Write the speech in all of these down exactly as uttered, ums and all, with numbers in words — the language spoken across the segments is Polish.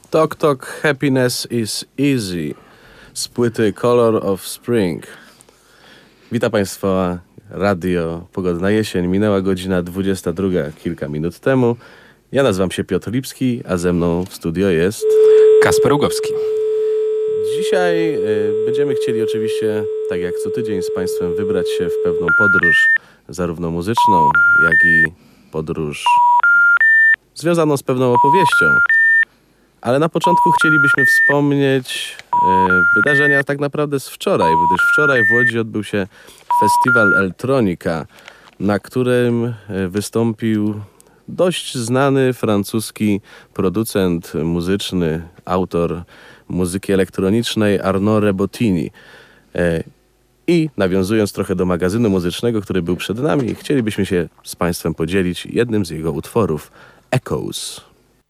Tok Tok Happiness is Easy z płyty Color of Spring. Witam Państwa, Radio Pogodna Jesień. Minęła godzina dwudziesta druga kilka minut temu. Ja nazywam się Piotr Lipski, a ze mną w studio jest Kasper Ługowski. Dzisiaj y, będziemy chcieli oczywiście, tak jak co tydzień, z Państwem wybrać się w pewną podróż, zarówno muzyczną, jak i podróż związaną z pewną opowieścią. Ale na początku chcielibyśmy wspomnieć e, wydarzenia tak naprawdę z wczoraj, gdyż wczoraj w Łodzi odbył się festiwal Eltronika, na którym e, wystąpił dość znany francuski producent muzyczny, autor muzyki elektronicznej Arnaud Rebotini. E, I nawiązując trochę do magazynu muzycznego, który był przed nami, chcielibyśmy się z Państwem podzielić jednym z jego utworów, Echoes.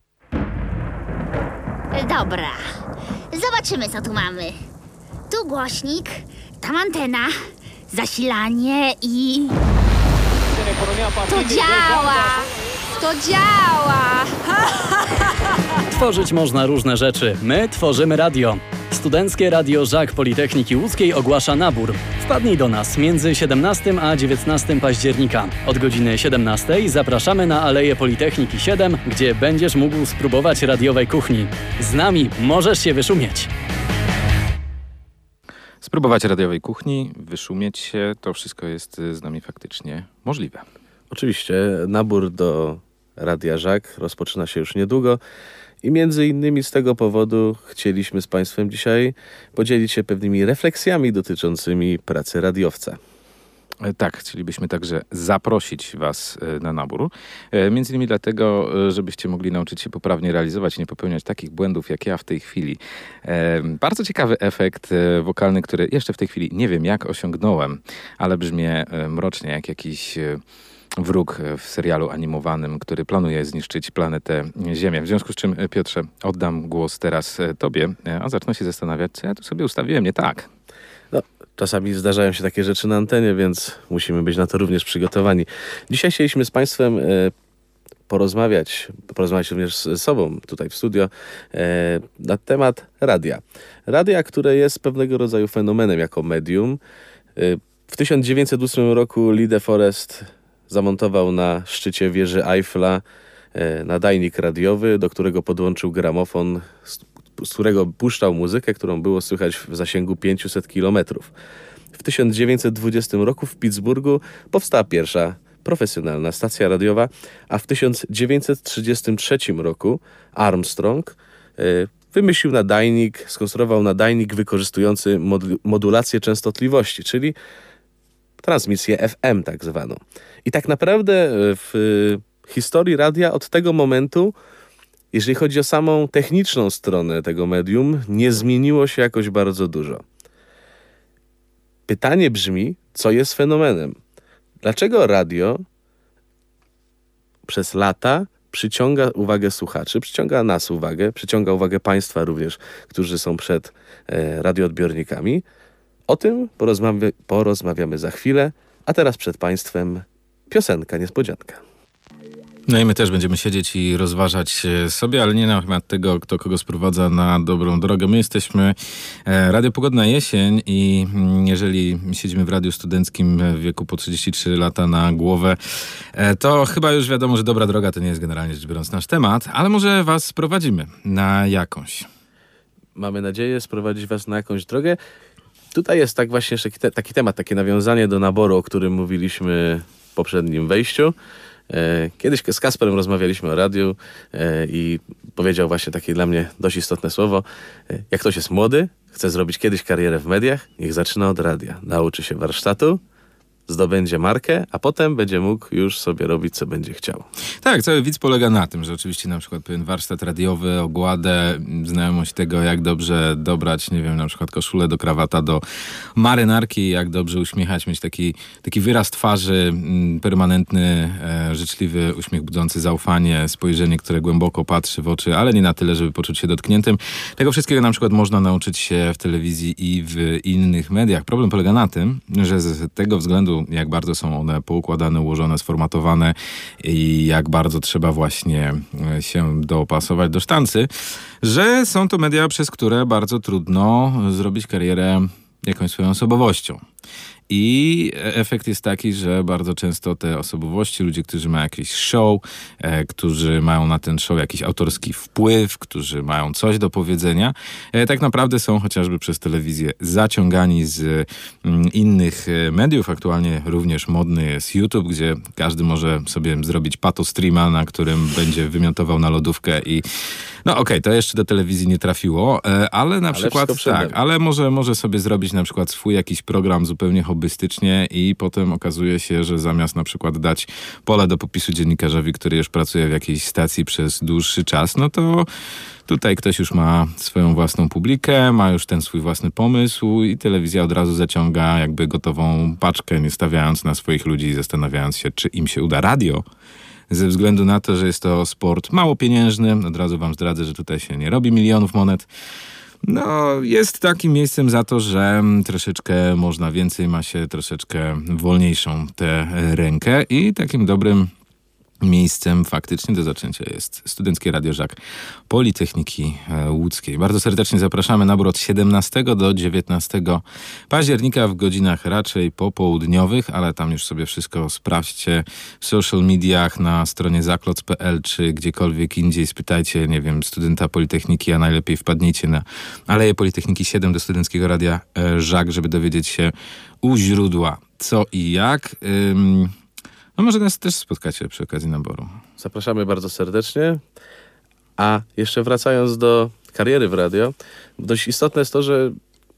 Dobra, zobaczymy, co tu mamy. Tu głośnik, tam antena, zasilanie i... To działa! To działa! Tworzyć można różne rzeczy. My tworzymy radio. Studenckie Radio Żak Politechniki Łódzkiej ogłasza nabór. Wpadnij do nas między siedemnastego a dziewiętnastego października. Od godziny siedemnastej zapraszamy na Aleję Politechniki siedem, gdzie będziesz mógł spróbować radiowej kuchni. Z nami możesz się wyszumieć. Spróbować radiowej kuchni, wyszumieć się, to wszystko jest z nami faktycznie możliwe. Oczywiście nabór do Radia Żak rozpoczyna się już niedługo i między innymi z tego powodu chcieliśmy z Państwem dzisiaj podzielić się pewnymi refleksjami dotyczącymi pracy radiowca. Tak, chcielibyśmy także zaprosić Was na nabór. Między innymi dlatego, żebyście mogli nauczyć się poprawnie realizować i nie popełniać takich błędów jak ja w tej chwili. Bardzo ciekawy efekt wokalny, który jeszcze w tej chwili nie wiem jak osiągnąłem, ale brzmi mrocznie jak jakiś wróg w serialu animowanym, który planuje zniszczyć planetę Ziemię. W związku z czym, Piotrze, oddam głos teraz Tobie, a zacznę się zastanawiać, co ja tu sobie ustawiłem nie tak. No, czasami zdarzają się takie rzeczy na antenie, więc musimy być na to również przygotowani. Dzisiaj chcieliśmy z Państwem e, porozmawiać, porozmawiać również ze sobą tutaj w studio e, na temat radia. Radia, które jest pewnego rodzaju fenomenem jako medium. E, w tysiąc dziewięćset ósmym roku Lee De Forest zamontował na szczycie wieży Eiffla e, nadajnik radiowy, do którego podłączył gramofon, z, z którego puszczał muzykę, którą było słychać w zasięgu pięciuset kilometrów. W tysiąc dziewięćset dwudziestym roku w Pittsburghu powstała pierwsza profesjonalna stacja radiowa, a w tysiąc dziewięćset trzydziestym trzecim roku Armstrong e, wymyślił nadajnik, skonstruował nadajnik wykorzystujący modu- modulację częstotliwości, czyli transmisję F M tak zwaną. I tak naprawdę w historii radia od tego momentu, jeżeli chodzi o samą techniczną stronę tego medium, nie zmieniło się jakoś bardzo dużo. Pytanie brzmi, co jest fenomenem? Dlaczego radio przez lata przyciąga uwagę słuchaczy, przyciąga nas uwagę, przyciąga uwagę Państwa również, którzy są przed e, radioodbiornikami? O tym porozmawia- porozmawiamy za chwilę, a teraz przed Państwem piosenka niespodzianka. No i my też będziemy siedzieć i rozważać sobie, ale nie na temat tego, kto kogo sprowadza na dobrą drogę. My jesteśmy Radio Pogodna Jesień i jeżeli siedzimy w radiu studenckim w wieku po trzydzieści trzy lata na głowę, to chyba już wiadomo, że dobra droga to nie jest generalnie rzecz biorąc nasz temat, ale może was sprowadzimy na jakąś. Mamy nadzieję sprowadzić was na jakąś drogę. Tutaj jest tak właśnie taki, te, taki temat, takie nawiązanie do naboru, o którym mówiliśmy w poprzednim wejściu. E, kiedyś z Kasperem rozmawialiśmy o radiu e, i powiedział właśnie takie dla mnie dość istotne słowo. E, jak ktoś jest młody, chce zrobić kiedyś karierę w mediach, niech zaczyna od radia. Nauczy się warsztatu, zdobędzie markę, a potem będzie mógł już sobie robić, co będzie chciał. Tak, cały widz polega na tym, że oczywiście na przykład pewien warsztat radiowy, ogładę, znajomość tego, jak dobrze dobrać, nie wiem, na przykład koszulę do krawata, do marynarki, jak dobrze uśmiechać, mieć taki, taki wyraz twarzy, permanentny, e, życzliwy uśmiech budzący zaufanie, spojrzenie, które głęboko patrzy w oczy, ale nie na tyle, żeby poczuć się dotkniętym. Tego wszystkiego na przykład można nauczyć się w telewizji i w innych mediach. Problem polega na tym, że z tego względu względu, jak bardzo są one poukładane, ułożone, sformatowane i jak bardzo trzeba właśnie się dopasować do sztancy, że są to media, przez które bardzo trudno zrobić karierę jakąś swoją osobowością. I efekt jest taki, że bardzo często te osobowości, ludzie, którzy mają jakieś show, e, którzy mają na ten show jakiś autorski wpływ, którzy mają coś do powiedzenia, e, tak naprawdę są chociażby przez telewizję zaciągani z mm, innych mediów. Aktualnie również modny jest YouTube, gdzie każdy może sobie zrobić pato streama, na którym będzie wymiotował na lodówkę i no okej, okay, to jeszcze do telewizji nie trafiło, e, ale na ale przykład tak, ale może, może sobie zrobić na przykład swój jakiś program zupełnie hobbystycznie i potem okazuje się, że zamiast na przykład dać pole do popisu dziennikarzowi, który już pracuje w jakiejś stacji przez dłuższy czas, no to tutaj ktoś już ma swoją własną publikę, ma już ten swój własny pomysł i telewizja od razu zaciąga jakby gotową paczkę, nie stawiając na swoich ludzi i zastanawiając się, czy im się uda. Radio, ze względu na to, że jest to sport mało pieniężny, od razu wam zdradzę, że tutaj się nie robi milionów monet, no jest takim miejscem za to, że troszeczkę można więcej, ma się troszeczkę wolniejszą tę rękę i takim dobrym miejscem faktycznie do zaczęcia jest Studenckie Radio Żak Politechniki Łódzkiej. Bardzo serdecznie zapraszamy. Nabór od siedemnastego do dziewiętnastego października w godzinach raczej popołudniowych, ale tam już sobie wszystko sprawdźcie w social mediach, na stronie zakloc kropka p l czy gdziekolwiek indziej. Spytajcie, nie wiem, studenta Politechniki, a najlepiej wpadnijcie na Aleję Politechniki siedem do Studenckiego Radia Żak, żeby dowiedzieć się u źródła co i jak. Ym... No może nas też spotkacie przy okazji naboru. Zapraszamy bardzo serdecznie. A jeszcze wracając do kariery w radio, dość istotne jest to, że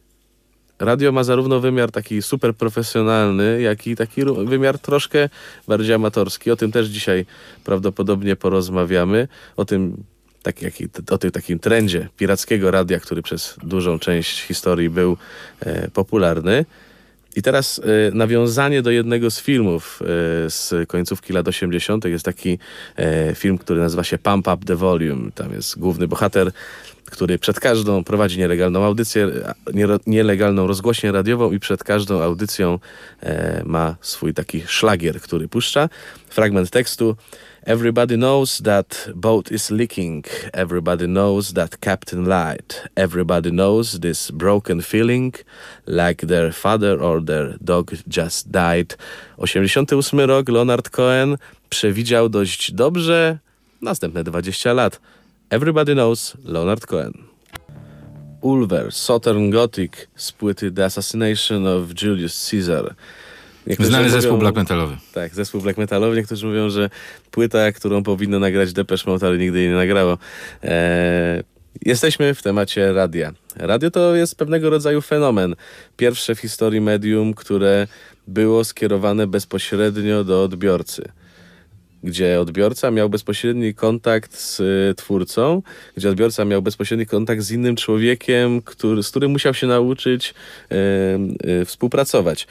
radio ma zarówno wymiar taki super profesjonalny, jak i taki wymiar troszkę bardziej amatorski. O tym też dzisiaj prawdopodobnie porozmawiamy. O tym, tak, jak, o tym takim trendzie pirackiego radia, który przez dużą część historii był e, popularny. I teraz y, nawiązanie do jednego z filmów y, z końcówki lat osiemdziesiątych. Jest taki y, film, który nazywa się Pump Up the Volume. Tam jest główny bohater, który przed każdą prowadzi nielegalną audycję, nie, nielegalną rozgłośnię radiową i przed każdą audycją y, ma swój taki szlagier, który puszcza. Fragment tekstu. Everybody knows that boat is leaking. Everybody knows that captain lied. Everybody knows this broken feeling like their father or their dog just died. osiemdziesiąty ósmy rok, Leonard Cohen przewidział dość dobrze następne dwadzieścia lat. Everybody knows Leonard Cohen. Ulver, Southern Gothic z płyty The Assassination of Julius Caesar. Niektórzy Znany mówią, zespół black metalowy. Tak, zespół black metalowy. Niektórzy mówią, że płyta, którą powinno nagrać Depeche Mode, ale nigdy jej nie nagrało. Eee, jesteśmy w temacie radia. Radio to jest pewnego rodzaju fenomen. Pierwsze w historii medium, które było skierowane bezpośrednio do odbiorcy. Gdzie odbiorca miał bezpośredni kontakt z y, twórcą, gdzie odbiorca miał bezpośredni kontakt z innym człowiekiem, który, z którym musiał się nauczyć y, y, współpracować.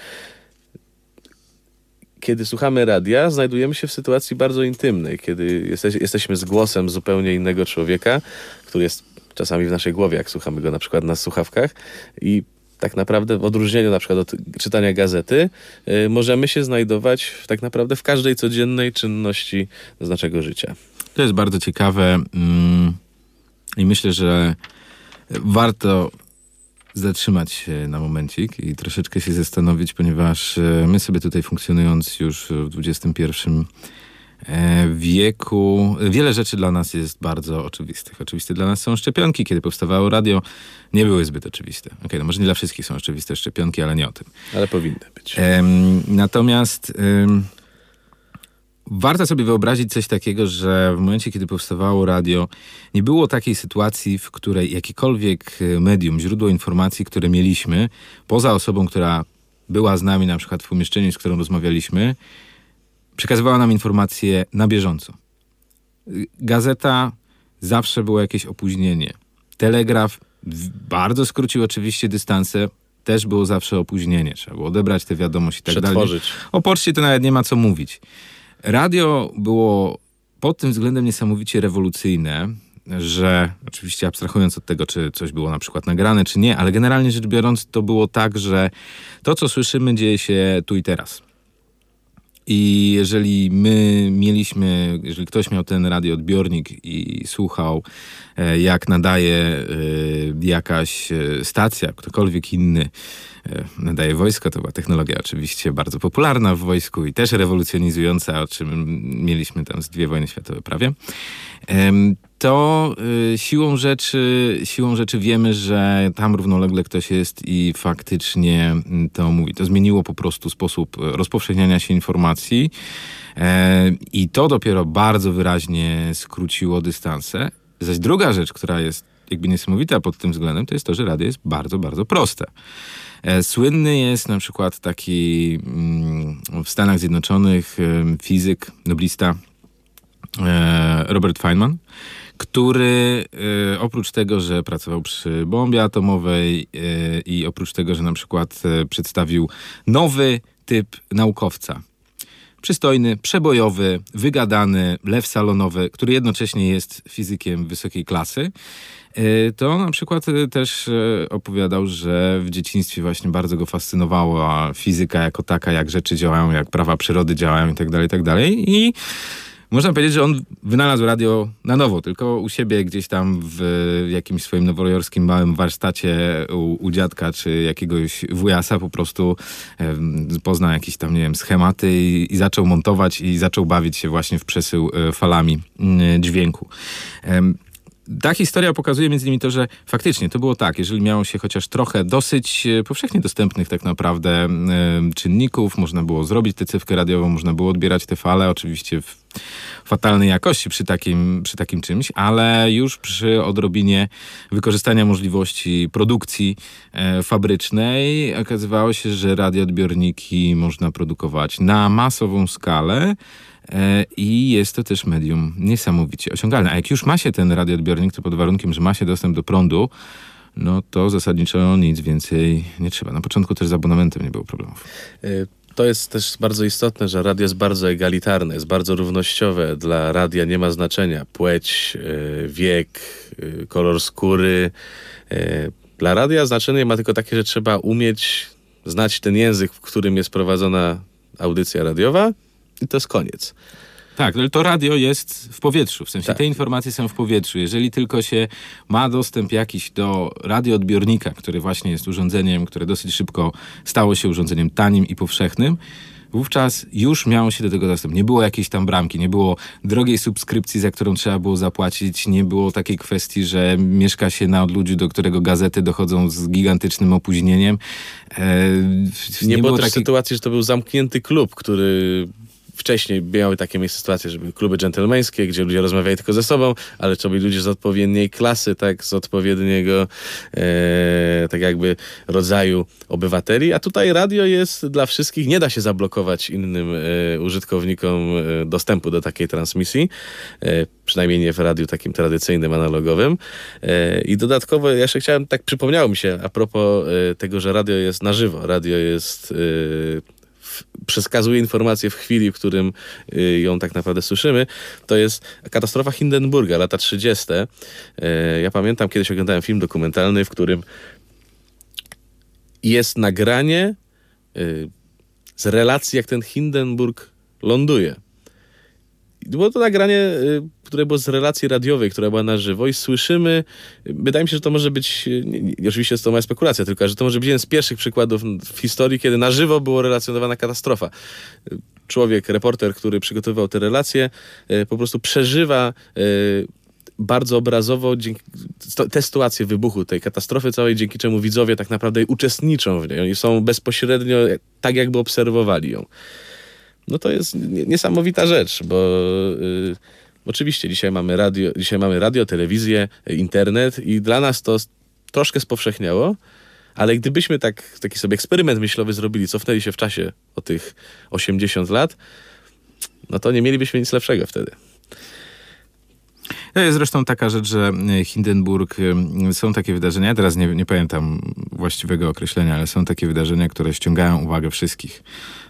Kiedy słuchamy radia, znajdujemy się w sytuacji bardzo intymnej, kiedy jesteś, jesteśmy z głosem zupełnie innego człowieka, który jest czasami w naszej głowie, jak słuchamy go na przykład na słuchawkach i tak naprawdę w odróżnieniu na przykład od czytania gazety yy, możemy się znajdować w, tak naprawdę w każdej codziennej czynności z naszego życia. To jest bardzo ciekawe mm, i myślę, że warto zatrzymać się na momencik i troszeczkę się zastanowić, ponieważ my sobie tutaj funkcjonując już w dwudziestym pierwszym wieku, wiele rzeczy dla nas jest bardzo oczywistych. Oczywiste dla nas są szczepionki. Kiedy powstawało radio, nie były zbyt oczywiste. Okej, okay, no może nie dla wszystkich są oczywiste szczepionki, ale nie o tym. Ale powinny być. Um, natomiast um, warto sobie wyobrazić coś takiego, że w momencie, kiedy powstawało radio, nie było takiej sytuacji, w której jakiekolwiek medium, źródło informacji, które mieliśmy, poza osobą, która była z nami na przykład w pomieszczeniu, z którą rozmawialiśmy, przekazywała nam informacje na bieżąco. Gazeta zawsze było jakieś opóźnienie. Telegraf bardzo skrócił oczywiście dystanse, też było zawsze opóźnienie. Trzeba było odebrać tę wiadomość i tak dalej. O poczcie to nawet nie ma co mówić. Radio było pod tym względem niesamowicie rewolucyjne, że oczywiście abstrahując od tego, czy coś było na przykład nagrane, czy nie, ale generalnie rzecz biorąc to było tak, że to, co słyszymy, dzieje się tu i teraz. I jeżeli my mieliśmy, jeżeli ktoś miał ten radioodbiornik i słuchał, e, jak nadaje e, jakaś e, stacja, ktokolwiek inny e, nadaje wojsko, to była technologia oczywiście bardzo popularna w wojsku i też rewolucjonizująca, o czym mieliśmy tam z dwie wojny światowe prawie, e, to y, siłą rzeczy, siłą rzeczy wiemy, że tam równolegle ktoś jest i faktycznie to mówi. To zmieniło po prostu sposób rozpowszechniania się informacji e, i to dopiero bardzo wyraźnie skróciło dystanse. Zaś druga rzecz, która jest jakby niesamowita pod tym względem, to jest to, że radio jest bardzo, bardzo proste. E, słynny jest na przykład taki mm, w Stanach Zjednoczonych e, fizyk, noblista e, Robert Feynman, który y, oprócz tego, że pracował przy bombie atomowej y, i oprócz tego, że na przykład y, przedstawił nowy typ naukowca. Przystojny, przebojowy, wygadany, lew salonowy, który jednocześnie jest fizykiem wysokiej klasy, y, to na przykład y, też y, opowiadał, że w dzieciństwie właśnie bardzo go fascynowała fizyka jako taka, jak rzeczy działają, jak prawa przyrody działają itd., itd. I można powiedzieć, że on wynalazł radio na nowo, tylko u siebie gdzieś tam w jakimś swoim nowojorskim małym warsztacie u, u dziadka czy jakiegoś wujasa po prostu e, poznał jakieś tam, nie wiem, schematy i, i zaczął montować i zaczął bawić się właśnie w przesył e, falami e, dźwięku. E, Ta historia pokazuje między innymi to, że faktycznie to było tak, jeżeli miało się chociaż trochę dosyć powszechnie dostępnych tak naprawdę e, czynników, można było zrobić tę cewkę radiową, można było odbierać te fale, oczywiście w fatalnej jakości przy takim, przy takim czymś, ale już przy odrobinie wykorzystania możliwości produkcji e, fabrycznej okazywało się, że radioodbiorniki można produkować na masową skalę, i jest to też medium niesamowicie osiągalne. A jak już ma się ten radioodbiornik, to pod warunkiem, że ma się dostęp do prądu, no to zasadniczo nic więcej nie trzeba. Na początku też z abonamentem nie było problemów. To jest też bardzo istotne, że radio jest bardzo egalitarne, jest bardzo równościowe. Dla radia nie ma znaczenia płeć, wiek, kolor skóry. Dla radia znaczenie ma tylko takie, że trzeba umieć znać ten język, w którym jest prowadzona audycja radiowa, i to jest koniec. Tak, ale to radio jest w powietrzu, w sensie tak. Te informacje są w powietrzu. Jeżeli tylko się ma dostęp jakiś do radioodbiornika, który właśnie jest urządzeniem, które dosyć szybko stało się urządzeniem tanim i powszechnym, wówczas już miało się do tego dostęp. Nie było jakiejś tam bramki, nie było drogiej subskrypcji, za którą trzeba było zapłacić, nie było takiej kwestii, że mieszka się na odludziu, do którego gazety dochodzą z gigantycznym opóźnieniem. E, nie, nie było też takiej... sytuacji, że to był zamknięty klub, który... Wcześniej miały takie miejsce sytuacje, że były kluby dżentelmeńskie, gdzie ludzie rozmawiali tylko ze sobą, ale to byli ludzie z odpowiedniej klasy, tak, z odpowiedniego e, tak jakby rodzaju obywateli, a tutaj radio jest dla wszystkich, nie da się zablokować innym e, użytkownikom e, dostępu do takiej transmisji, e, przynajmniej nie w radiu takim tradycyjnym, analogowym. E, I dodatkowo jeszcze chciałem, tak przypomniało mi się a propos e, tego, że radio jest na żywo, radio jest... E, przekazuje informacje w chwili, w którym y, ją tak naprawdę słyszymy, to jest katastrofa Hindenburga, lata trzydzieste. Y, ja pamiętam, kiedyś oglądałem film dokumentalny, w którym jest nagranie y, z relacji, jak ten Hindenburg ląduje. Było to nagranie, y, które było z relacji radiowej, która była na żywo i słyszymy, wydaje mi się, że to może być, nie, nie, oczywiście jest to moja spekulacja, tylko że to może być jeden z pierwszych przykładów w historii, kiedy na żywo była relacjonowana katastrofa. Człowiek, reporter, który przygotowywał te relacje, y, po prostu przeżywa y, bardzo obrazowo dzięki, te sytuacje wybuchu tej katastrofy całej, dzięki czemu widzowie tak naprawdę uczestniczą w niej. Oni są bezpośrednio, tak jakby obserwowali ją. No to jest niesamowita rzecz, bo y, oczywiście dzisiaj mamy radio, dzisiaj mamy radio, telewizję, internet i dla nas to troszkę spowszechniało, ale gdybyśmy tak, taki sobie eksperyment myślowy zrobili, cofnęli się w czasie o tych osiemdziesiąt lat, no to nie mielibyśmy nic lepszego wtedy. To jest zresztą taka rzecz, że Hindenburg, są takie wydarzenia, ja teraz nie, nie pamiętam właściwego określenia, ale są takie wydarzenia, które ściągają uwagę wszystkich.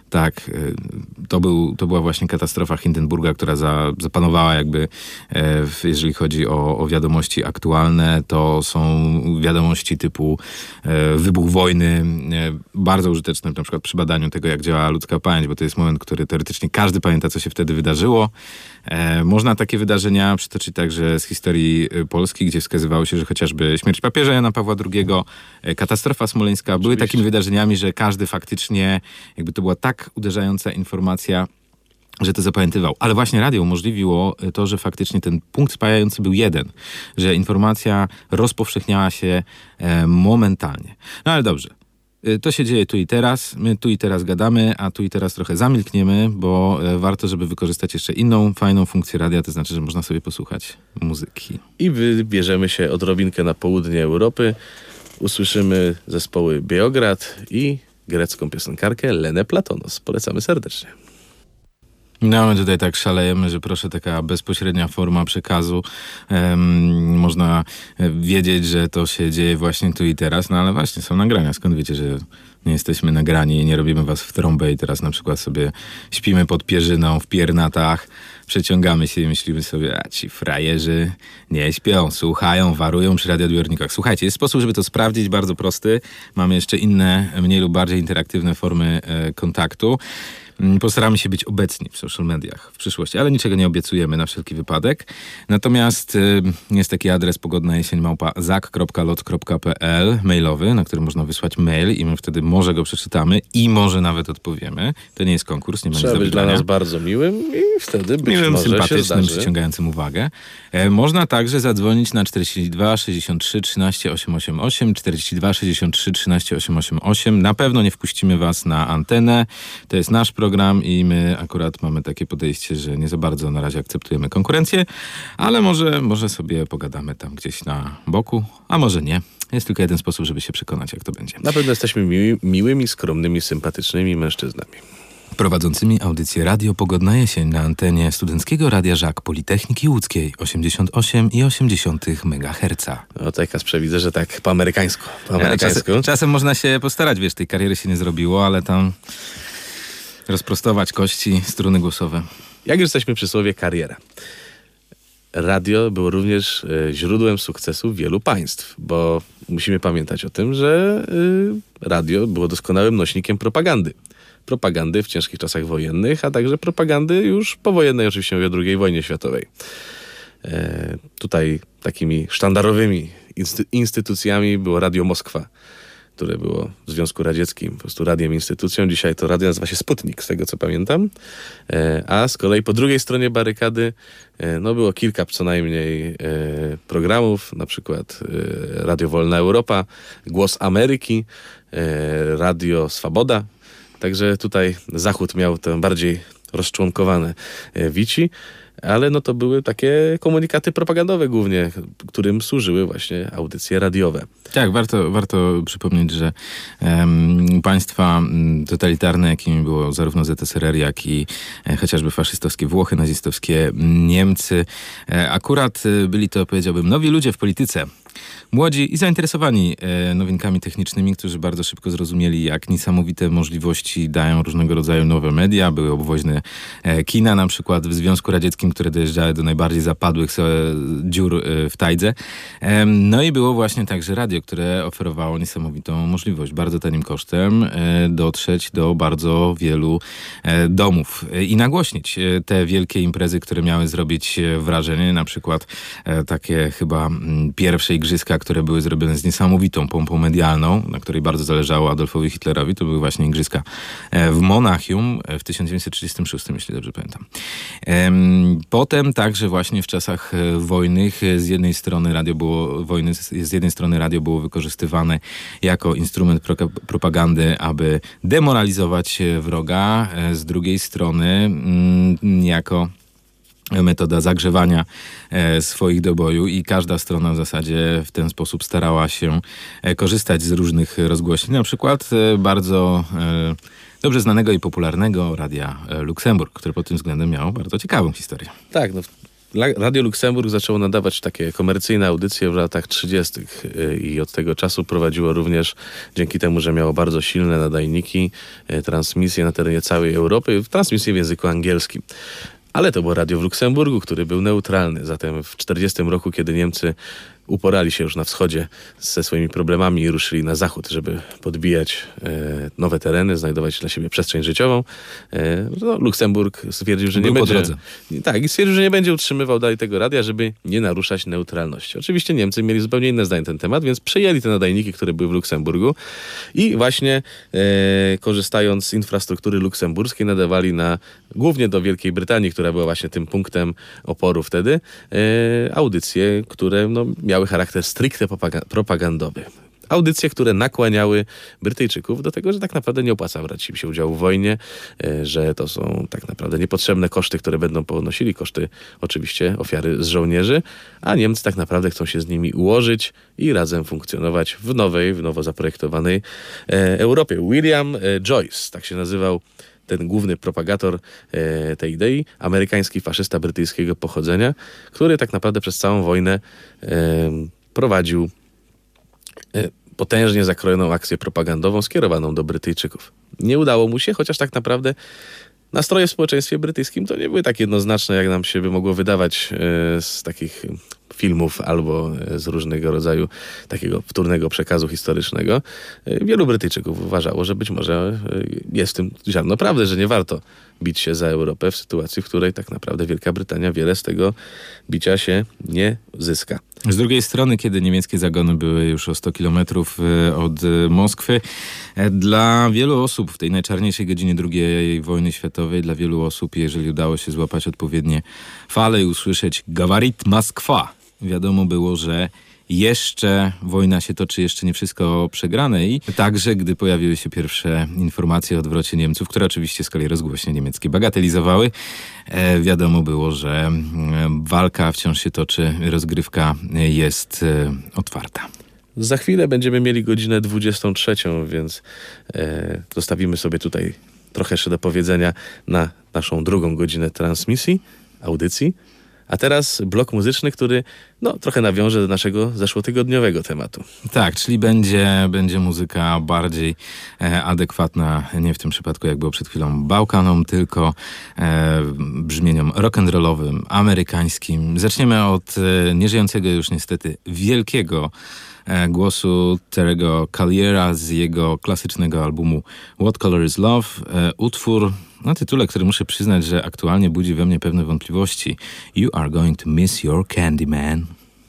Tak, to, był, to była właśnie katastrofa Hindenburga, która za, zapanowała jakby, e, jeżeli chodzi o, o wiadomości aktualne, to są wiadomości typu e, wybuch wojny, e, bardzo użyteczne na przykład przy badaniu tego, jak działa ludzka pamięć, bo to jest moment, który teoretycznie każdy pamięta, co się wtedy wydarzyło. E, można takie wydarzenia przytoczyć także z historii Polski, gdzie wskazywało się, że chociażby śmierć papieża Jana Pawła drugiego, e, katastrofa smoleńska były Oczywiście. takimi wydarzeniami, że każdy faktycznie, jakby to była tak uderzająca informacja, że to zapamiętywał. Ale właśnie radio umożliwiło to, że faktycznie ten punkt spajający był jeden, że informacja rozpowszechniała się e, momentalnie. No ale dobrze. To się dzieje tu i teraz, my tu i teraz gadamy, a tu i teraz trochę zamilkniemy, bo e, warto, żeby wykorzystać jeszcze inną fajną funkcję radia, to znaczy, że można sobie posłuchać muzyki. I wybierzemy się odrobinkę na południe Europy. Usłyszymy zespoły Beograd i grecką piosenkarkę Lenę Platonos. Polecamy serdecznie. No, my tutaj tak szalejemy, że proszę, taka bezpośrednia forma przekazu. Um, można wiedzieć, że to się dzieje właśnie tu i teraz, no ale właśnie są nagrania. Skąd wiecie, że nie jesteśmy nagrani i nie robimy was w trąbę i teraz na przykład sobie śpimy pod pierzyną w piernatach, przeciągamy się i myślimy sobie, a ci frajerzy nie śpią, słuchają, warują przy radioodbiornikach. Słuchajcie, jest sposób, żeby to sprawdzić, bardzo prosty. Mamy jeszcze inne, mniej lub bardziej interaktywne formy e, kontaktu. Postaramy się być obecni w social mediach w przyszłości, ale niczego nie obiecujemy na wszelki wypadek. Natomiast y, jest taki adres pogodna jesień małpa zak kropka lot kropka pe el mailowy, na który można wysłać mail i my wtedy może go przeczytamy i może nawet odpowiemy. To nie jest konkurs, nie ma nic Trzeba do być dla wygrania. nas bardzo miłym i wtedy być Miłym, może się sympatycznym, zdarzy. przyciągającym uwagę. E, można także zadzwonić na czterdzieści dwa sześćdziesiąt trzy trzynaście osiemdziesiąt osiem, czterdzieści dwa sześćdziesiąt trzy trzynaście osiemdziesiąt osiem. Na pewno nie wpuścimy was na antenę. To jest nasz program i my akurat mamy takie podejście, że nie za bardzo na razie akceptujemy konkurencję, ale może, może sobie pogadamy tam gdzieś na boku, a może nie. Jest tylko jeden sposób, żeby się przekonać, jak to będzie. Na pewno jesteśmy miły, miłymi, skromnymi, sympatycznymi mężczyznami. Prowadzącymi audycję Radio Pogodna Jesień na antenie Studenckiego Radia Żak Politechniki Łódzkiej osiemdziesiąt osiem i osiem megaherca. O, teraz przewidzę, że tak po amerykańsku. Po Ja, amerykańsku. czasem, czasem można się postarać, wiesz, tej kariery się nie zrobiło, ale tam rozprostować kości, struny głosowe. Jak już jesteśmy przy słowie kariera. Radio było również y, źródłem sukcesu wielu państw, bo musimy pamiętać o tym, że y, radio było doskonałym nośnikiem propagandy. Propagandy w ciężkich czasach wojennych, a także propagandy już powojennej, oczywiście mówię o drugiej wojnie światowej. E, tutaj takimi sztandarowymi insty- instytucjami było Radio Moskwa, które było w Związku Radzieckim po prostu radiem, instytucją. Dzisiaj to radio nazywa się Sputnik, z tego co pamiętam. E, a z kolei po drugiej stronie barykady e, no było kilka co najmniej e, programów, na przykład e, Radio Wolna Europa, Głos Ameryki, e, Radio Swoboda. Także tutaj Zachód miał te bardziej rozczłonkowane e, wici. Ale no to były takie komunikaty propagandowe głównie, którym służyły właśnie audycje radiowe. Tak, warto, warto przypomnieć, że um, państwa totalitarne, jakimi było zarówno Z S R R, jak i e, chociażby faszystowskie Włochy, nazistowskie Niemcy, e, akurat e, byli to, powiedziałbym, nowi ludzie w polityce. Młodzi i zainteresowani e, nowinkami technicznymi, którzy bardzo szybko zrozumieli, jak niesamowite możliwości dają różnego rodzaju nowe media. Były obwoźne e, kina, na przykład w Związku Radzieckim, które dojeżdżały do najbardziej zapadłych e, dziur e, w tajdze. E, no i było właśnie także radio, które oferowało niesamowitą możliwość, bardzo tanim kosztem e, dotrzeć do bardzo wielu e, domów e, i nagłośnić e, te wielkie imprezy, które miały zrobić e, wrażenie. Na przykład e, takie chyba m, pierwsze igrzyska, które były zrobione z niesamowitą pompą medialną, na której bardzo zależało Adolfowi Hitlerowi. To były właśnie igrzyska w Monachium w tysiąc dziewięćset trzydziestym szóstym, jeśli dobrze pamiętam. Potem także właśnie w czasach wojennych z jednej strony radio było, wojny, z jednej strony radio było wykorzystywane jako instrument pro, propagandy, aby demoralizować wroga, z drugiej strony jako metoda zagrzewania e, swoich do boju i każda strona w zasadzie w ten sposób starała się e, korzystać z różnych rozgłośni. Na przykład e, bardzo e, dobrze znanego i popularnego Radia Luksemburg, które pod tym względem miało bardzo ciekawą historię. Tak, no Radio Luksemburg zaczęło nadawać takie komercyjne audycje w latach trzydziestych i od tego czasu prowadziło również, dzięki temu, że miało bardzo silne nadajniki, transmisje na terenie całej Europy, transmisje w języku angielskim. Ale to było radio w Luksemburgu, który był neutralny. Zatem w czterdziestym roku, kiedy Niemcy uporali się już na wschodzie ze swoimi problemami i ruszyli na zachód, żeby podbijać e, nowe tereny, znajdować dla siebie przestrzeń życiową, e, no, Luksemburg stwierdził, że nie Był po będzie... drodze. Tak, i stwierdził, że nie będzie utrzymywał dalej tego radia, żeby nie naruszać neutralności. Oczywiście Niemcy mieli zupełnie inne zdanie na ten temat, więc przyjęli te nadajniki, które były w Luksemburgu i właśnie e, korzystając z infrastruktury luksemburskiej nadawali na, głównie do Wielkiej Brytanii, która była właśnie tym punktem oporu wtedy, e, audycje, które no, miały charakter stricte propagandowy. Audycje, które nakłaniały Brytyjczyków do tego, że tak naprawdę nie opłaca brać im się udziału w wojnie, że to są tak naprawdę niepotrzebne koszty, które będą ponosili, koszty oczywiście ofiary z żołnierzy, a Niemcy tak naprawdę chcą się z nimi ułożyć i razem funkcjonować w nowej, w nowo zaprojektowanej Europie. William Joyce, tak się nazywał ten główny propagator e, tej idei, amerykański faszysta brytyjskiego pochodzenia, który tak naprawdę przez całą wojnę e, prowadził e, potężnie zakrojoną akcję propagandową skierowaną do Brytyjczyków. Nie udało mu się, chociaż tak naprawdę nastroje w społeczeństwie brytyjskim to nie były tak jednoznaczne, jak nam się by mogło wydawać e, z takich filmów albo z różnego rodzaju takiego wtórnego przekazu historycznego. Wielu Brytyjczyków uważało, że być może jest w tym ziarno prawdy, że nie warto bić się za Europę w sytuacji, w której tak naprawdę Wielka Brytania wiele z tego bicia się nie zyska. Z drugiej strony, kiedy niemieckie zagony były już o sto kilometrów od Moskwy, dla wielu osób w tej najczarniejszej godzinie drugiej wojny światowej, dla wielu osób, jeżeli udało się złapać odpowiednie fale i usłyszeć Gavarit Moskwa, wiadomo było, że jeszcze wojna się toczy, jeszcze nie wszystko przegrane i także, gdy pojawiły się pierwsze informacje o odwrocie Niemców, które oczywiście z kolei rozgłośnie niemieckie bagatelizowały, e, wiadomo było, że e, walka wciąż się toczy, rozgrywka jest e, otwarta. Za chwilę będziemy mieli godzinę dwudziestą trzecią, więc e, zostawimy sobie tutaj trochę jeszcze do powiedzenia na naszą drugą godzinę transmisji, audycji. A teraz blok muzyczny, który no, trochę nawiąże do naszego zeszłotygodniowego tematu. Tak, czyli będzie, będzie muzyka bardziej e, adekwatna, nie w tym przypadku jak było przed chwilą Bałkanom, tylko e, brzmieniom rock'n'rollowym, amerykańskim. Zaczniemy od e, nieżyjącego już niestety wielkiego e, głosu Terry'ego Calliera z jego klasycznego albumu What Color Is Love. E, utwór na tytule, który muszę przyznać, że aktualnie budzi we mnie pewne wątpliwości. You are going to miss your Candyman.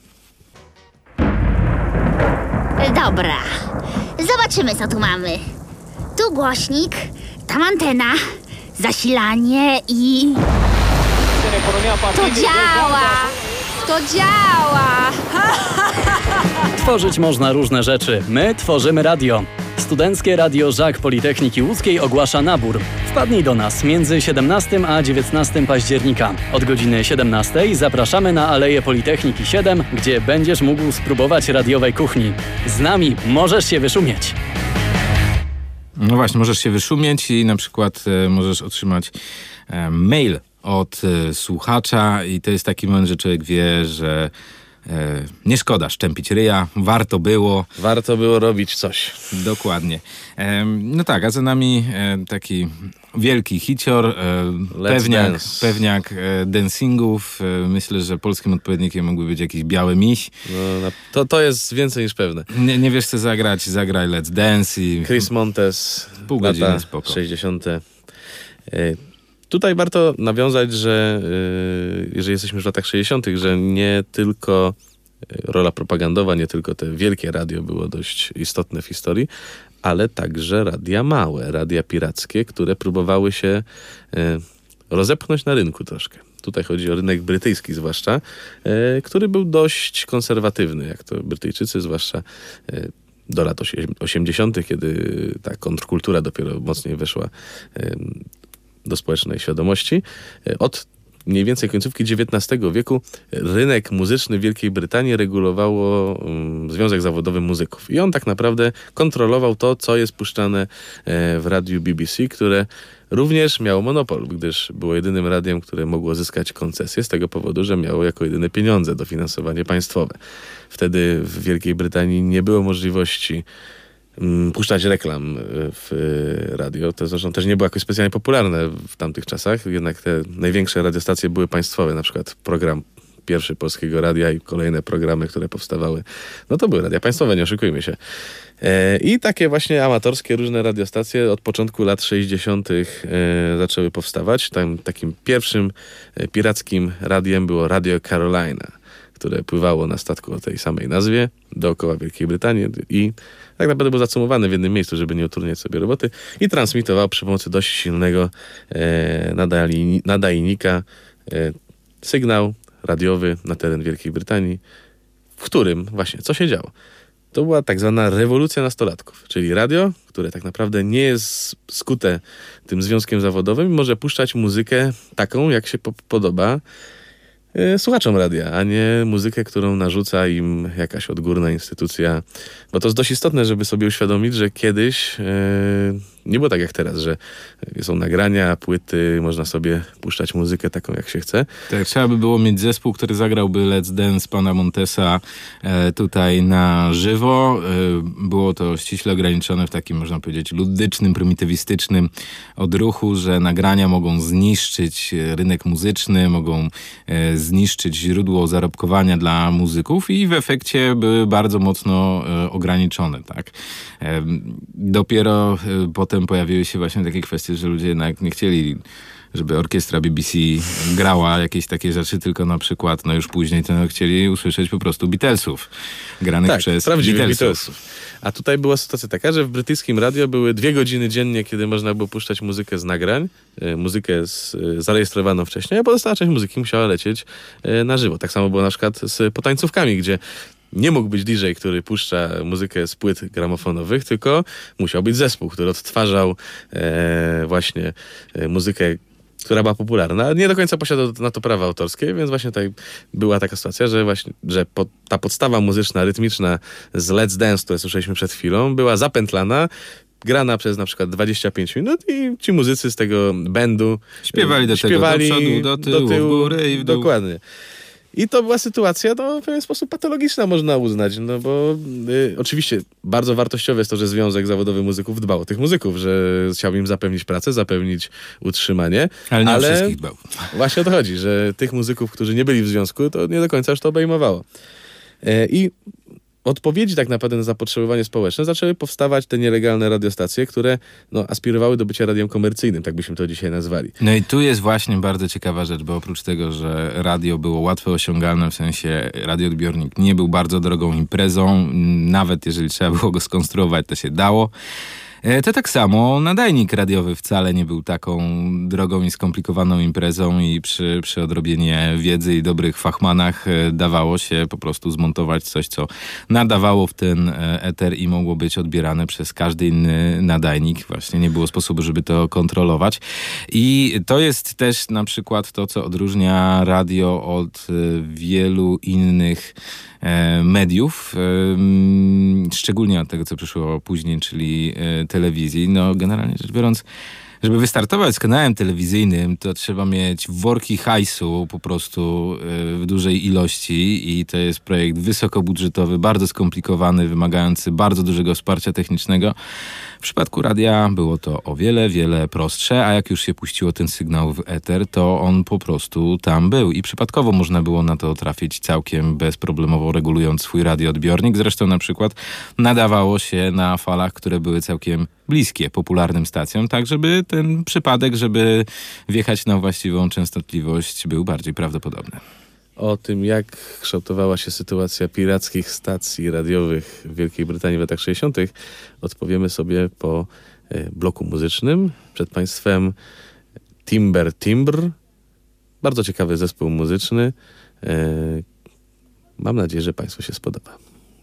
Dobra, zobaczymy, co tu mamy. Tu głośnik, tam antena, zasilanie i... To działa! To działa! Tworzyć można różne rzeczy. My tworzymy radio. Studenckie Radio Żak Politechniki Łódzkiej ogłasza nabór. Wpadnij do nas między siedemnastego a dziewiętnastego października. Od godziny siedemnastej zapraszamy na Aleję Politechniki siedem, gdzie będziesz mógł spróbować radiowej kuchni. Z nami możesz się wyszumieć. No właśnie, możesz się wyszumieć i na przykład e, możesz otrzymać e, mail od e, słuchacza i to jest taki moment, że człowiek wie, że e, nie szkoda szczępić ryja, warto było. Warto było robić coś. Dokładnie. E, no tak, a za nami e, taki wielki hicior, e, pewniak, pewniak e, dancingów. E, myślę, że polskim odpowiednikiem mógłby być jakiś Biały Miś. No, to, to jest więcej niż pewne. Nie, nie wiesz co zagrać, zagraj Let's Dance i... Chris Montes, pół godziny, lata spoko. sześćdziesiąte. Tutaj warto nawiązać, że jeżeli jesteśmy już w latach sześćdziesiątych, że nie tylko rola propagandowa, nie tylko te wielkie radio było dość istotne w historii, ale także radia małe, radia pirackie, które próbowały się rozepchnąć na rynku troszkę. Tutaj chodzi o rynek brytyjski zwłaszcza, który był dość konserwatywny, jak to Brytyjczycy, zwłaszcza do lat osiemdziesiątych, kiedy ta kontrkultura dopiero mocniej weszła do społecznej świadomości. Od mniej więcej końcówki dziewiętnastego wieku rynek muzyczny w Wielkiej Brytanii regulowało um, Związek Zawodowy Muzyków. I on tak naprawdę kontrolował to, co jest puszczane e, w radiu B B C, które również miało monopol, gdyż było jedynym radiem, które mogło zyskać koncesję z tego powodu, że miało jako jedyne pieniądze, dofinansowanie państwowe. Wtedy w Wielkiej Brytanii nie było możliwości mm, puszczać reklam w radio. To zresztą też nie było jakoś specjalnie popularne w tamtych czasach, jednak te największe radiostacje były państwowe, na przykład program pierwszy Polskiego Radia i kolejne programy, które powstawały, no to były radia państwowe, nie oszukujmy się. E, I takie właśnie amatorskie różne radiostacje od początku lat sześćdziesiątych e, zaczęły powstawać. Tam, takim pierwszym e, pirackim radiem było Radio Carolina, które pływało na statku o tej samej nazwie dookoła Wielkiej Brytanii i tak naprawdę był zacumowane w jednym miejscu, żeby nie utrudniać sobie roboty i transmitował przy pomocy dość silnego e, nadajni, nadajnika e, sygnał radiowy na teren Wielkiej Brytanii, w którym właśnie co się działo. To była tak zwana rewolucja nastolatków, czyli radio, które tak naprawdę nie jest skute tym związkiem zawodowym i może puszczać muzykę taką, jak się po- podoba e, słuchaczom radia, a nie muzykę, którą narzuca im jakaś odgórna instytucja. Bo to jest dość istotne, żeby sobie uświadomić, że kiedyś e, nie było tak jak teraz, że są nagrania, płyty, można sobie puszczać muzykę taką, jak się chce. Tak, trzeba by było mieć zespół, który zagrałby Let's Dance pana Montesa e, tutaj na żywo. E, było to ściśle ograniczone w takim, można powiedzieć, ludycznym, prymitywistycznym odruchu, że nagrania mogą zniszczyć rynek muzyczny, mogą e, zniszczyć źródło zarobkowania dla muzyków i w efekcie były bardzo mocno e, ograniczone. Tak? E, dopiero e, potem pojawiły się właśnie takie kwestie, że ludzie jednak nie chcieli, żeby orkiestra B B C grała jakieś takie rzeczy, tylko na przykład, no już później to chcieli usłyszeć po prostu Beatlesów, granych tak, przez prawdziwych Beatlesów. Beatlesów. A tutaj była sytuacja taka, że w brytyjskim radio były dwie godziny dziennie, kiedy można było puszczać muzykę z nagrań, e, muzykę z, e, zarejestrowaną wcześniej, a pozostała część muzyki musiała lecieć e, na żywo. Tak samo było na przykład z potańcówkami, gdzie nie mógł być D J, który puszcza muzykę z płyt gramofonowych, tylko musiał być zespół, który odtwarzał e, właśnie e, muzykę, która była popularna. Nie do końca posiadał na to prawa autorskie, więc właśnie tutaj była taka sytuacja, że właśnie, że po, ta podstawa muzyczna, rytmiczna z Let's Dance, które słyszeliśmy przed chwilą, była zapętlana, grana przez na przykład dwadzieścia pięć minut i ci muzycy z tego bandu Śpiewali do śpiewali tego, do przodu, do tyłu, do tyłu, w górę i w dół. Dokładnie. I to była sytuacja, no, w pewien sposób patologiczna, można uznać, no bo y, oczywiście bardzo wartościowe jest to, że Związek Zawodowy Muzyków dbał o tych muzyków, że chciał im zapewnić pracę, zapewnić utrzymanie. Ale nie o ale wszystkich dbał. Właśnie o to chodzi, że tych muzyków, którzy nie byli w związku, to nie do końca już to obejmowało. Y, I odpowiedzi tak naprawdę na zapotrzebowanie społeczne zaczęły powstawać te nielegalne radiostacje, które no, aspirowały do bycia radiem komercyjnym, tak byśmy to dzisiaj nazwali. No i tu jest właśnie bardzo ciekawa rzecz, bo oprócz tego, że radio było łatwo osiągalne, w sensie radioodbiornik nie był bardzo drogą imprezą, nawet jeżeli trzeba było go skonstruować, to się dało. To tak samo nadajnik radiowy wcale nie był taką drogą i skomplikowaną imprezą i przy, przy odrobienie wiedzy i dobrych fachmanach dawało się po prostu zmontować coś, co nadawało w ten eter i mogło być odbierane przez każdy inny nadajnik. Właśnie nie było sposobu, żeby to kontrolować. I to jest też na przykład to, co odróżnia radio od wielu innych mediów, szczególnie od tego, co przyszło później, czyli telewizji. No generalnie rzecz biorąc, żeby wystartować z kanałem telewizyjnym, to trzeba mieć worki hajsu po prostu w dużej ilości i to jest projekt wysokobudżetowy, bardzo skomplikowany, wymagający bardzo dużego wsparcia technicznego. W przypadku radia było to o wiele, wiele prostsze, a jak już się puściło ten sygnał w eter, to on po prostu tam był i przypadkowo można było na to trafić całkiem bezproblemowo, regulując swój radioodbiornik. Zresztą na przykład nadawało się na falach, które były całkiem bliskie popularnym stacjom, tak żeby ten przypadek, żeby wjechać na właściwą częstotliwość, był bardziej prawdopodobny. O tym, jak kształtowała się sytuacja pirackich stacji radiowych w Wielkiej Brytanii w latach sześćdziesiątych, odpowiemy sobie po e, bloku muzycznym. Przed Państwem Timber Timbre. Bardzo ciekawy zespół muzyczny. E, mam nadzieję, że Państwu się spodoba.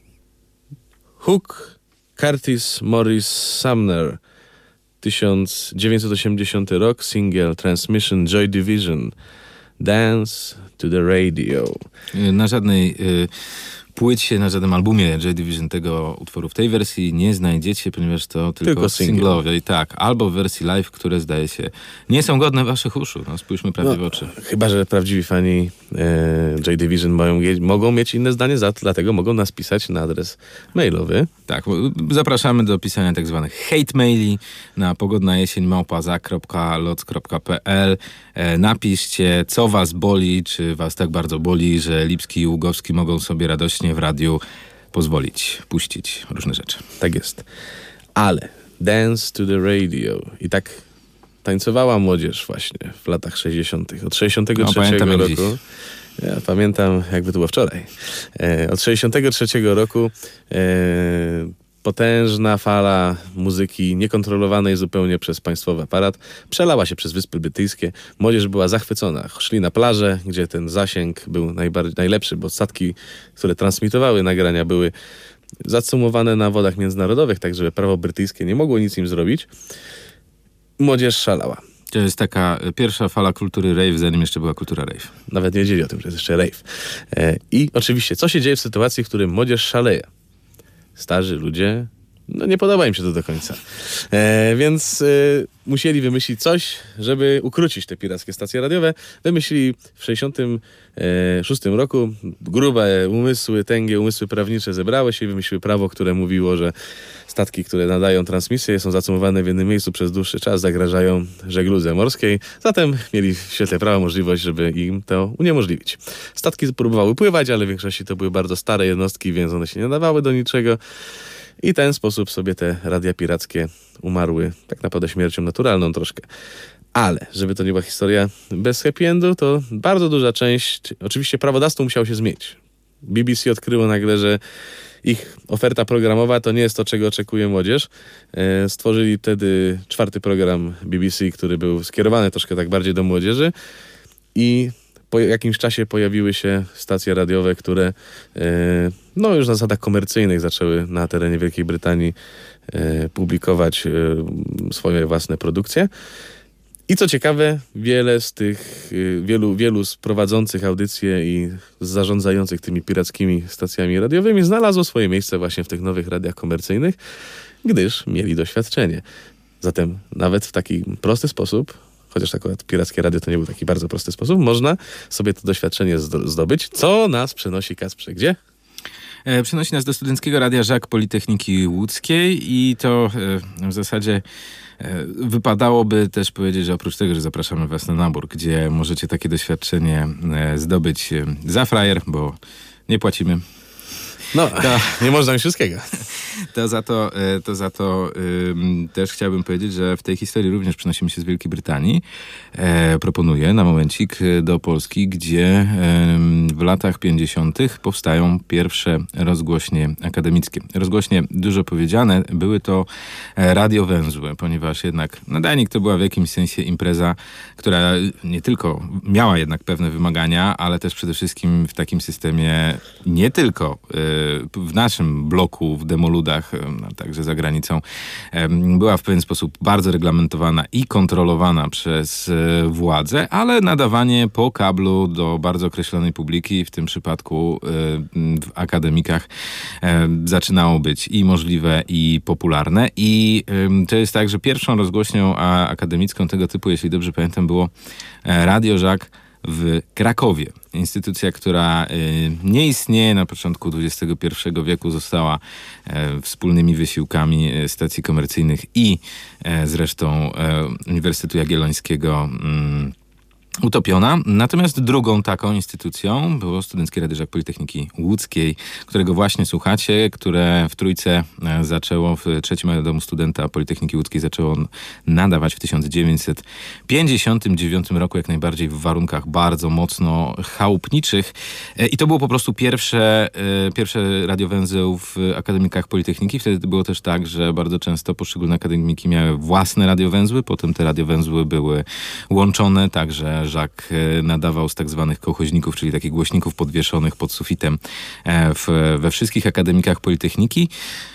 Hook, Curtis Morris Sumner. tysiąc dziewięćset osiemdziesiąty rok, single Transmission, Joy Division. Dance to the Radio. Na żadnej y, płycie, na żadnym albumie Joy Division tego utworu w tej wersji nie znajdziecie, ponieważ to tylko, Tylko single. singlowe. I tak, albo w wersji live, które zdaje się nie są godne waszych uszu. No, spójrzmy prawdzie No, w oczy. Chyba że prawdziwi fani e, Joy Division mają, mogą mieć inne zdanie, za, dlatego mogą nas pisać na adres mailowy. Tak, zapraszamy do pisania tak zwanych hate maili na pogodna jesień małpa zak kropka loc kropka pe el. E, napiszcie, co was boli, czy was tak bardzo boli, że Lipski i Ługowski mogą sobie radośnie w radiu pozwolić, puścić różne rzeczy. Tak jest. Ale Dance to the Radio. I tak tańcowała młodzież właśnie w latach sześćdziesiątych. Od sześćdziesiątego trzeciego No, pamiętam jak roku. dziś. Ja pamiętam, jakby to było wczoraj. E, od sześćdziesiątego trzeciego roku e, potężna fala muzyki niekontrolowanej zupełnie przez państwowy aparat przelała się przez Wyspy Brytyjskie. Młodzież była zachwycona. Szli na plażę, gdzie ten zasięg był najbardziej, najlepszy, bo statki, które transmitowały nagrania, były zacumowane na wodach międzynarodowych, tak żeby prawo brytyjskie nie mogło nic im zrobić. Młodzież szalała. To jest taka pierwsza fala kultury rave, zanim jeszcze była kultura rave. Nawet nie wiedzieli o tym, że jest jeszcze rave. E, I oczywiście, co się dzieje w sytuacji, w której młodzież szaleje? Starzy ludzie, no nie podoba im się to do końca. E, więc e, musieli wymyślić coś, żeby ukrócić te pirackie stacje radiowe. Wymyślili w sześćdziesiątym szóstym roku grube umysły, tęgie umysły prawnicze zebrały się i wymyśliły prawo, które mówiło, że statki, które nadają transmisję, są zacumowane w jednym miejscu przez dłuższy czas, zagrażają żegludze morskiej. Zatem mieli w świetle prawa możliwość, żeby im to uniemożliwić. Statki próbowały pływać, ale w większości to były bardzo stare jednostki, więc one się nie nadawały do niczego. I w ten sposób sobie te radia pirackie umarły tak naprawdę śmiercią naturalną troszkę. Ale, żeby to nie była historia bez happy endu, to bardzo duża część, oczywiście prawodawstwo musiało się zmienić. B B C odkryło nagle, że ich oferta programowa to nie jest to, czego oczekuje młodzież. E, stworzyli wtedy czwarty program B B C, który był skierowany troszkę tak bardziej do młodzieży i po jakimś czasie pojawiły się stacje radiowe, które e, no już na zasadach komercyjnych zaczęły na terenie Wielkiej Brytanii e, publikować e, swoje własne produkcje. I co ciekawe, wiele z tych, wielu, wielu z prowadzących audycje i zarządzających tymi pirackimi stacjami radiowymi znalazło swoje miejsce właśnie w tych nowych radiach komercyjnych, gdyż mieli doświadczenie. Zatem nawet w taki prosty sposób, chociaż akurat pirackie radio to nie był taki bardzo prosty sposób, można sobie to doświadczenie zdobyć. Co nas przenosi, Kacprze? Gdzie? E, przenosi nas do Studenckiego Radia Żak Politechniki Łódzkiej i to e, w zasadzie e, wypadałoby też powiedzieć, że oprócz tego, że zapraszamy was na nabór, gdzie możecie takie doświadczenie e, zdobyć e, za frajer, bo nie płacimy. No, to nie można mieć wszystkiego. To za to, e, to, za to ym, też chciałbym powiedzieć, że w tej historii również przenosimy się z Wielkiej Brytanii. E, proponuję na momencik do Polski, gdzie ym, w latach pięćdziesiątych powstają pierwsze rozgłośnie akademickie. Rozgłośnie, dużo powiedziane, były to radiowęzły, ponieważ jednak nadajnik to była w jakimś sensie impreza, która nie tylko miała jednak pewne wymagania, ale też przede wszystkim w takim systemie nie tylko y, w naszym bloku, w demoludach, a także za granicą, była w pewien sposób bardzo reglamentowana i kontrolowana przez władze, ale nadawanie po kablu do bardzo określonej publiki, w tym przypadku w akademikach, zaczynało być i możliwe, i popularne. I to jest tak, że pierwszą rozgłośnią akademicką tego typu, jeśli dobrze pamiętam, było Radio Żak w Krakowie. Instytucja, która y, nie istnieje na początku dwudziestego pierwszego wieku, została y, wspólnymi wysiłkami y, stacji komercyjnych i y, zresztą y, Uniwersytetu Jagiellońskiego y, utopiona. Natomiast drugą taką instytucją było Studenckie Radio Żak Politechniki Łódzkiej, którego właśnie słuchacie, które w Trójce zaczęło, w trzecim domu studenta Politechniki Łódzkiej zaczęło nadawać w tysiąc dziewięćset pięćdziesiątym dziewiątym roku, jak najbardziej w warunkach bardzo mocno chałupniczych. I to było po prostu pierwsze, pierwsze radiowęzeł w akademikach Politechniki. Wtedy było też tak, że bardzo często poszczególne akademiki miały własne radiowęzły, potem te radiowęzły były łączone, także Żak nadawał z tak zwanych kołchoźników, czyli takich głośników podwieszonych pod sufitem w, we wszystkich akademikach Politechniki.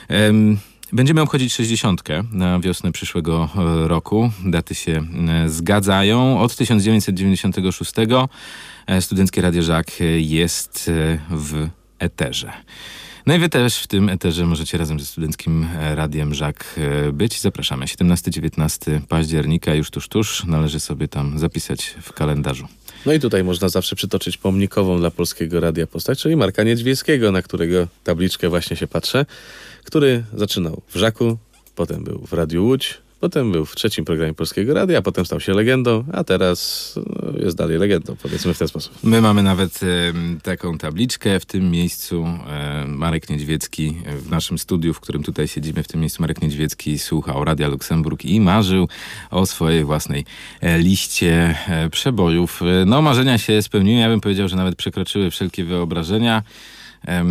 Będziemy obchodzić sześćdziesiątkę na wiosnę przyszłego roku. Daty się zgadzają. Od tysiąc dziewięćset dziewięćdziesiątego szóstego Studenckie Radio Żak jest w eterze. No i wy też w tym eterze możecie razem ze Studenckim Radiem Żak być. Zapraszamy. siedemnastego dziewiętnastego października, już tuż, tuż. Należy sobie tam zapisać w kalendarzu. No i tutaj można zawsze przytoczyć pomnikową dla Polskiego Radia postać, czyli Marka Niedźwiejskiego, na którego tabliczkę właśnie się patrzę, który zaczynał w Żaku, potem był w Radiu Łódź, potem był w trzecim programie Polskiego Radia, a potem stał się legendą, a teraz no, jest dalej legendą, powiedzmy w ten sposób. My mamy nawet e, taką tabliczkę w tym miejscu. E, Marek Niedźwiecki w naszym studiu, w którym tutaj siedzimy, w tym miejscu Marek Niedźwiecki słuchał Radia Luksemburg i marzył o swojej własnej e, liście e, przebojów. E, no, marzenia się spełniły. Ja bym powiedział, że nawet przekroczyły wszelkie wyobrażenia. E,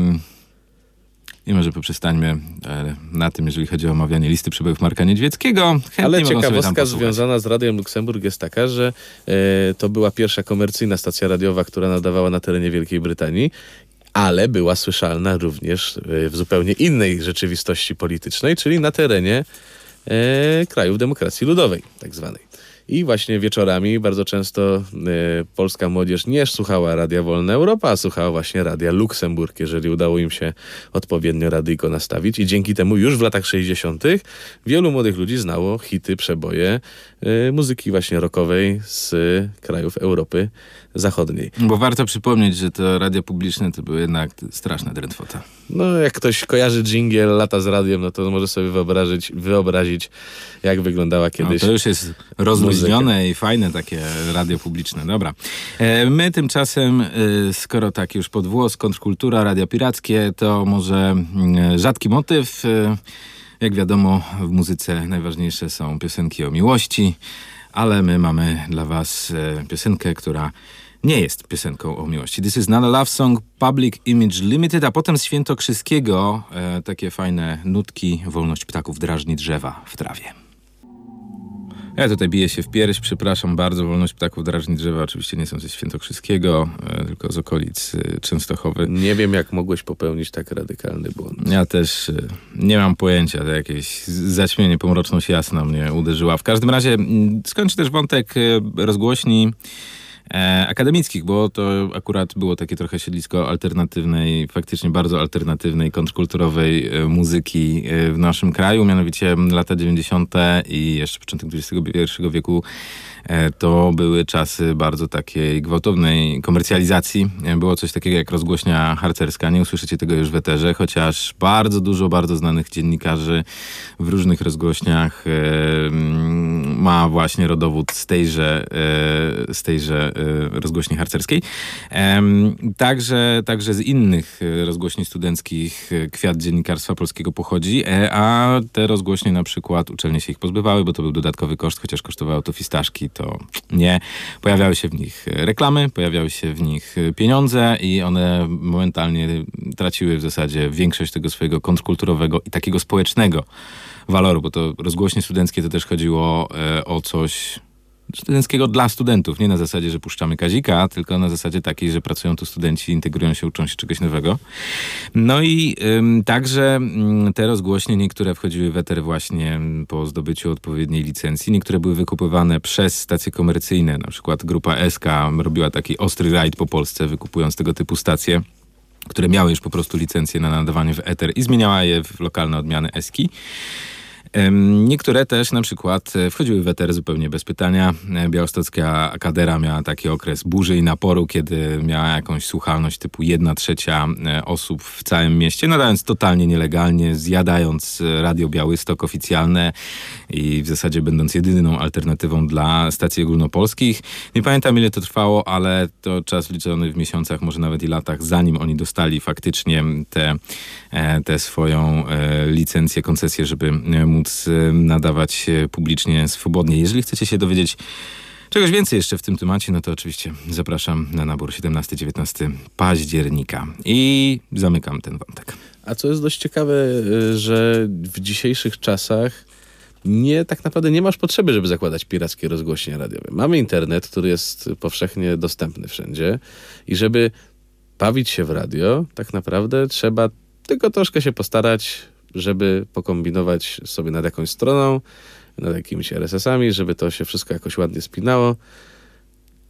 I może poprzestańmy e, na tym, jeżeli chodzi o omawianie listy przebojów Marka Niedźwieckiego. Chętnie Ale mogą sobie tam ciekawostka posłuchać. związana z Radiem Luksemburg jest taka, że e, to była pierwsza komercyjna stacja radiowa, która nadawała na terenie Wielkiej Brytanii, ale była słyszalna również e, w zupełnie innej rzeczywistości politycznej, czyli na terenie e, krajów demokracji ludowej, tak zwanej. I właśnie wieczorami bardzo często e, polska młodzież nie słuchała Radia Wolna Europa, a słuchała właśnie Radia Luksemburg, jeżeli udało im się odpowiednio radyjko nastawić. I dzięki temu już w latach sześćdziesiątych wielu młodych ludzi znało hity, przeboje e, muzyki właśnie rockowej z krajów Europy Zachodniej. Bo warto przypomnieć, że to radia publiczne to były jednak straszne drętwota. No jak ktoś kojarzy dżingiel Lata z radiem, no to może sobie wyobrazić, wyobrazić jak wyglądała kiedyś No, to już jest rozluźnione i fajne takie radio publiczne. Dobra. E, my tymczasem, e, skoro tak już podwłos, kontrkultura, radia pirackie, to może e, rzadki motyw. E, jak wiadomo, w muzyce najważniejsze są piosenki o miłości, ale my mamy dla was e, piosenkę, która nie jest piosenką o miłości. This is not a love song, Public Image Limited, a potem z Świętokrzyskiego e, takie fajne nutki, wolność ptaków drażni drzewa w trawie. Ja tutaj biję się w pierś, przepraszam bardzo, wolność ptaków drażni drzewa oczywiście nie są ze Świętokrzyskiego, e, tylko z okolic e, Częstochowy. Nie wiem, jak mogłeś popełnić tak radykalny błąd. Ja też e, nie mam pojęcia, to jakieś zaćmienie, pomroczność jasna mnie uderzyła. W każdym razie m, skończę też wątek e, rozgłośni E, akademickich, bo to akurat było takie trochę siedlisko alternatywnej, faktycznie bardzo alternatywnej, kontrkulturowej e, muzyki e, w naszym kraju, mianowicie lata dziewięćdziesiąte i jeszcze początek dwudziestego pierwszego wieku. E, to były czasy bardzo takiej gwałtownej komercjalizacji. E, było coś takiego jak rozgłośnia harcerska. Nie usłyszycie tego już w eterze, chociaż bardzo dużo bardzo znanych dziennikarzy w różnych rozgłośniach e, ma właśnie rodowód z tejże, e, z tejże rozgłośni harcerskiej. Także, także z innych rozgłośni studenckich kwiat dziennikarstwa polskiego pochodzi, a te rozgłośnie na przykład uczelnie się ich pozbywały, bo to był dodatkowy koszt, chociaż kosztowało to fistaszki, to nie. Pojawiały się w nich reklamy, pojawiały się w nich pieniądze i one momentalnie traciły w zasadzie większość tego swojego kontrkulturowego i takiego społecznego waloru, bo to rozgłośnie studenckie to też chodziło o coś studenckiego dla studentów. Nie na zasadzie, że puszczamy Kazika, tylko na zasadzie takiej, że pracują tu studenci, integrują się, uczą się czegoś nowego. No i ym, także ym, te rozgłośnie, niektóre wchodziły w eter właśnie po zdobyciu odpowiedniej licencji, niektóre były wykupywane przez stacje komercyjne, na przykład grupa S K robiła taki ostry rajd po Polsce, wykupując tego typu stacje, które miały już po prostu licencję na nadawanie w eter i zmieniała je w lokalne odmiany eski. Niektóre też na przykład wchodziły w eter zupełnie bez pytania. Białostocka Akadera miała taki okres burzy i naporu, kiedy miała jakąś słuchalność typu jedna trzecia osób w całym mieście, nadając totalnie nielegalnie, zjadając Radio Białystok oficjalne i w zasadzie będąc jedyną alternatywą dla stacji ogólnopolskich. Nie pamiętam, ile to trwało, ale to czas liczony w miesiącach, może nawet i latach, zanim oni dostali faktycznie tę te, te swoją licencję, koncesję, żeby móc nadawać publicznie, swobodnie. Jeżeli chcecie się dowiedzieć czegoś więcej jeszcze w tym temacie, no to oczywiście zapraszam na nabór siedemnastego dziewiętnastego października. I zamykam ten wątek. A co jest dość ciekawe, że w dzisiejszych czasach nie, tak naprawdę nie masz potrzeby, żeby zakładać pirackie rozgłośnie radiowe. Mamy internet, który jest powszechnie dostępny wszędzie i żeby bawić się w radio, tak naprawdę trzeba tylko troszkę się postarać, żeby pokombinować sobie nad jakąś stroną, nad jakimiś er es esami, żeby to się wszystko jakoś ładnie spinało.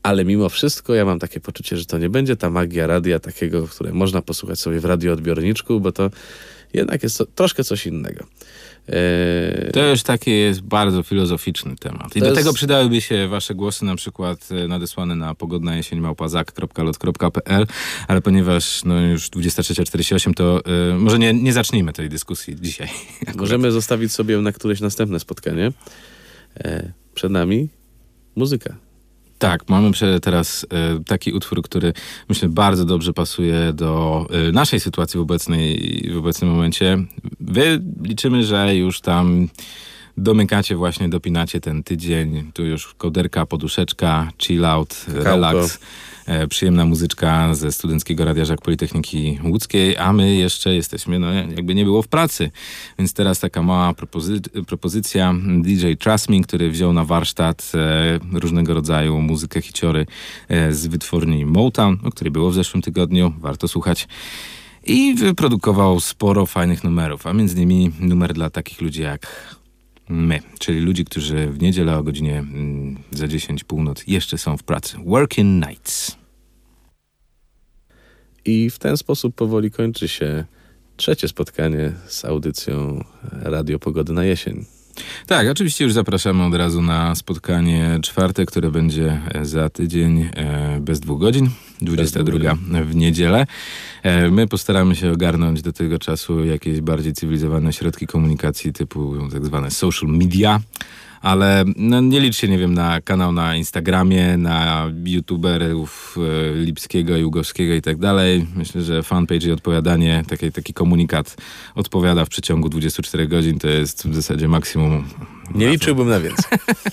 ale mimo wszystko ja mam takie poczucie, że to nie będzie ta magia radia takiego, które można posłuchać sobie w radioodbiorniczku, bo to jednak jest to, troszkę coś innego. Eee, To już taki jest bardzo filozoficzny temat. I To do jest- tego przydałyby się wasze głosy, na przykład e, nadesłane na pogodna jesień małpa zak kropka lot kropka pe el, ale ponieważ no, już dwudziesta trzecia czterdzieści osiem, to e, może nie, nie zacznijmy tej dyskusji dzisiaj. Możemy zostawić sobie na któreś następne spotkanie. Eee, przed nami muzyka. Tak, mamy prze- teraz e, taki utwór, który myślę bardzo dobrze pasuje do e, naszej sytuacji w obecnej, w obecnym momencie. Wy liczymy, że już tam domykacie właśnie, dopinacie ten tydzień. Tu już kołderka, poduszeczka, chill out, relaks. E, przyjemna muzyczka ze Studenckiego Radia Żak Politechniki Łódzkiej, a my jeszcze jesteśmy, no jakby nie było, w pracy. Więc teraz taka mała propozy- propozycja. D J Trust Me, który wziął na warsztat e, różnego rodzaju muzykę, hiciory e, z wytwórni Motown, o której było w zeszłym tygodniu. Warto słuchać. I wyprodukował sporo fajnych numerów, a między innymi numer dla takich ludzi jak my, czyli ludzi, którzy w niedzielę o godzinie mm, za dziesięć północ jeszcze są w pracy. Working Nights. I w ten sposób powoli kończy się trzecie spotkanie z audycją Radio Pogody na jesień. Tak, oczywiście już zapraszamy od razu na spotkanie czwarte, które będzie e, za tydzień e, bez dwóch godzin, dwudziesta druga w niedzielę. E, my postaramy się ogarnąć do tego czasu jakieś bardziej cywilizowane środki komunikacji typu tak zwane social media, ale no, nie liczcie, nie wiem, na kanał na Instagramie, na youtuberów e, Lipskiego, Jugowskiego i tak dalej. Myślę, że fanpage i odpowiadanie, taki, taki komunikat odpowiada w przeciągu dwudziestu czterech godzin, to jest w zasadzie maksimum. Nie liczyłbym na więcej.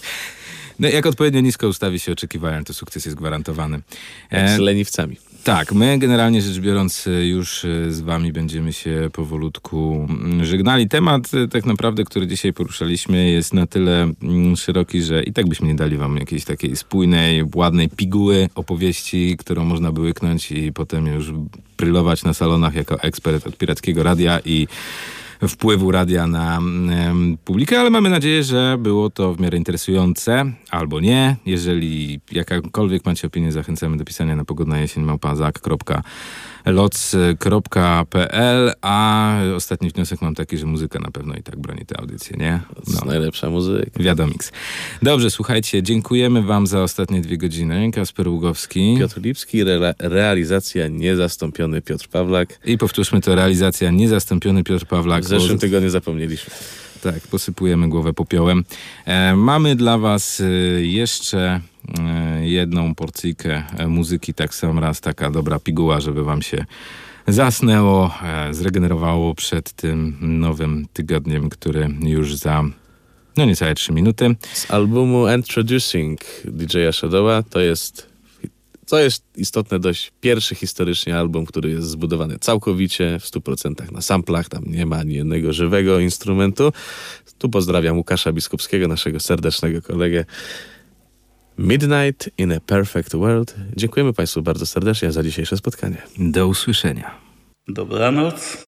No, jak odpowiednio nisko ustawi się oczekiwania, to sukces jest gwarantowany. Jak E, z leniwcami. tak, my generalnie rzecz biorąc e, już e, z wami będziemy się powolutku mm, żegnali. Temat e, tak naprawdę, który dzisiaj poruszaliśmy, jest na tyle mm, szeroki, że i tak byśmy nie dali wam jakiejś takiej spójnej, ładnej piguły opowieści, którą można by łyknąć i potem już brylować na salonach jako ekspert od pirackiego radia i wpływu radia na em, publikę, ale mamy nadzieję, że było to w miarę interesujące, albo nie. Jeżeli jakakolwiek macie opinię, zachęcamy do pisania na pogodna jesień małpa zak kropka loc kropka pe el, a ostatni wniosek mam taki, że muzyka na pewno i tak broni tę audycję, nie? To jest najlepsza muzyka. Wiadomiks. Dobrze, słuchajcie, dziękujemy wam za ostatnie dwie godziny. Kasper Ługowski. Piotr Lipski, re- realizacja niezastąpiony Piotr Pawlak. I powtórzmy to, realizacja niezastąpiony Piotr Pawlak. W zeszłym tygodniu zapomnieliśmy. Tak, posypujemy głowę popiołem. E, mamy dla was e, jeszcze e, jedną porcyjkę e, muzyki, tak sam raz, taka dobra piguła, żeby wam się zasnęło, e, zregenerowało przed tym nowym tygodniem, który już za no niecałe trzy minuty. Z albumu Introducing D J Shadowa to jest, co jest istotne dość, pierwszy historycznie album, który jest zbudowany całkowicie w stu procentach na samplach, tam nie ma ani jednego żywego instrumentu. Tu pozdrawiam Łukasza Biskupskiego, naszego serdecznego kolegę. Midnight in a Perfect World. Dziękujemy Państwu bardzo serdecznie za dzisiejsze spotkanie. Do usłyszenia. Dobranoc.